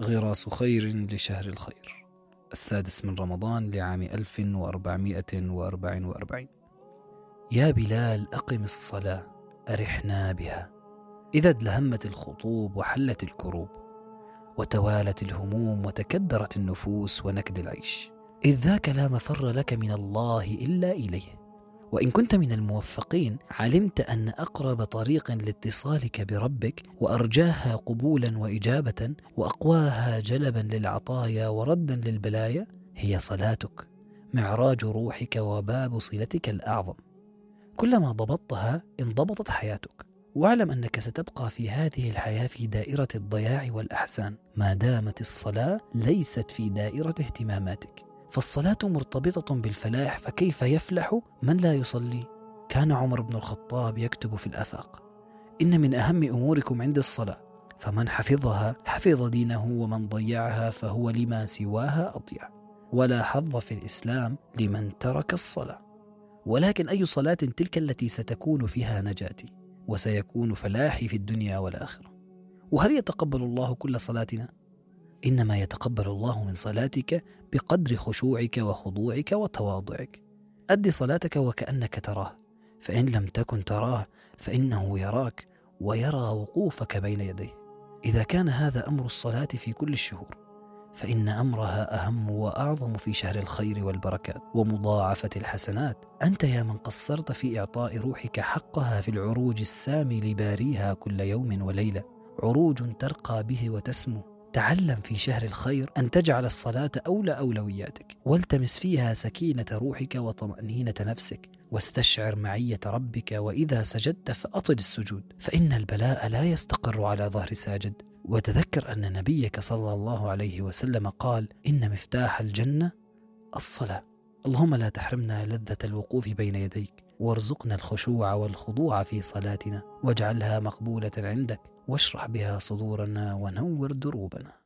غراس خير لشهر الخير، 6 من رمضان لعام 1444. يا بلال أقم الصلاة أرحنا بها، إذا ادلهمت الخطوب وحلت الكروب، وتوالت الهموم وتكدرت النفوس ونكد العيش، إذ ذاك لا مفر لك من الله إلا إليه. وإن كنت من الموفقين علمت أن أقرب طريق لاتصالك بربك وأرجاها قبولا وإجابة وأقواها جلبا للعطايا وردا للبلايا هي صلاتك، معراج روحك وباب صلتك الأعظم. كلما ضبطتها انضبطت حياتك. واعلم أنك ستبقى في هذه الحياة في دائرة الضياع والأحزان ما دامت الصلاة ليست في دائرة اهتماماتك، فالصلاة مرتبطة بالفلاح، فكيف يفلح من لا يصلي؟ كان عمر بن الخطاب يكتب في الآفاق: إن من أهم أموركم عند الصلاة، فمن حفظها حفظ دينه، ومن ضيعها فهو لما سواها أضيع، ولا حظ في الإسلام لمن ترك الصلاة. ولكن أي صلاة تلك التي ستكون فيها نجاتي وسيكون فلاحي في الدنيا والآخرة؟ وهل يتقبل الله كل صلاتنا؟ إنما يتقبل الله من صلاتك بقدر خشوعك وخضوعك وتواضعك. أدي صلاتك وكأنك تراه، فإن لم تكن تراه فإنه يراك ويرى وقوفك بين يديه. إذا كان هذا أمر الصلاة في كل الشهور، فإن أمرها أهم وأعظم في شهر الخير والبركات ومضاعفة الحسنات. أنت يا من قصرت في إعطاء روحك حقها في العروج السامي لباريها كل يوم وليلة، عروج ترقى به وتسمو. تعلم في شهر الخير أن تجعل الصلاة أولى أولوياتك، والتمس فيها سكينة روحك وطمأنينة نفسك، واستشعر معية ربك. وإذا سجدت فأطل السجود، فإن البلاء لا يستقر على ظهر ساجد. وتذكر أن نبيك صلى الله عليه وسلم قال: إن مفتاح الجنة الصلاة. اللهم لا تحرمنا لذة الوقوف بين يديك، وارزقنا الخشوع والخضوع في صلاتنا، واجعلها مقبولة عندك، واشرح بها صدورنا ونور دروبنا.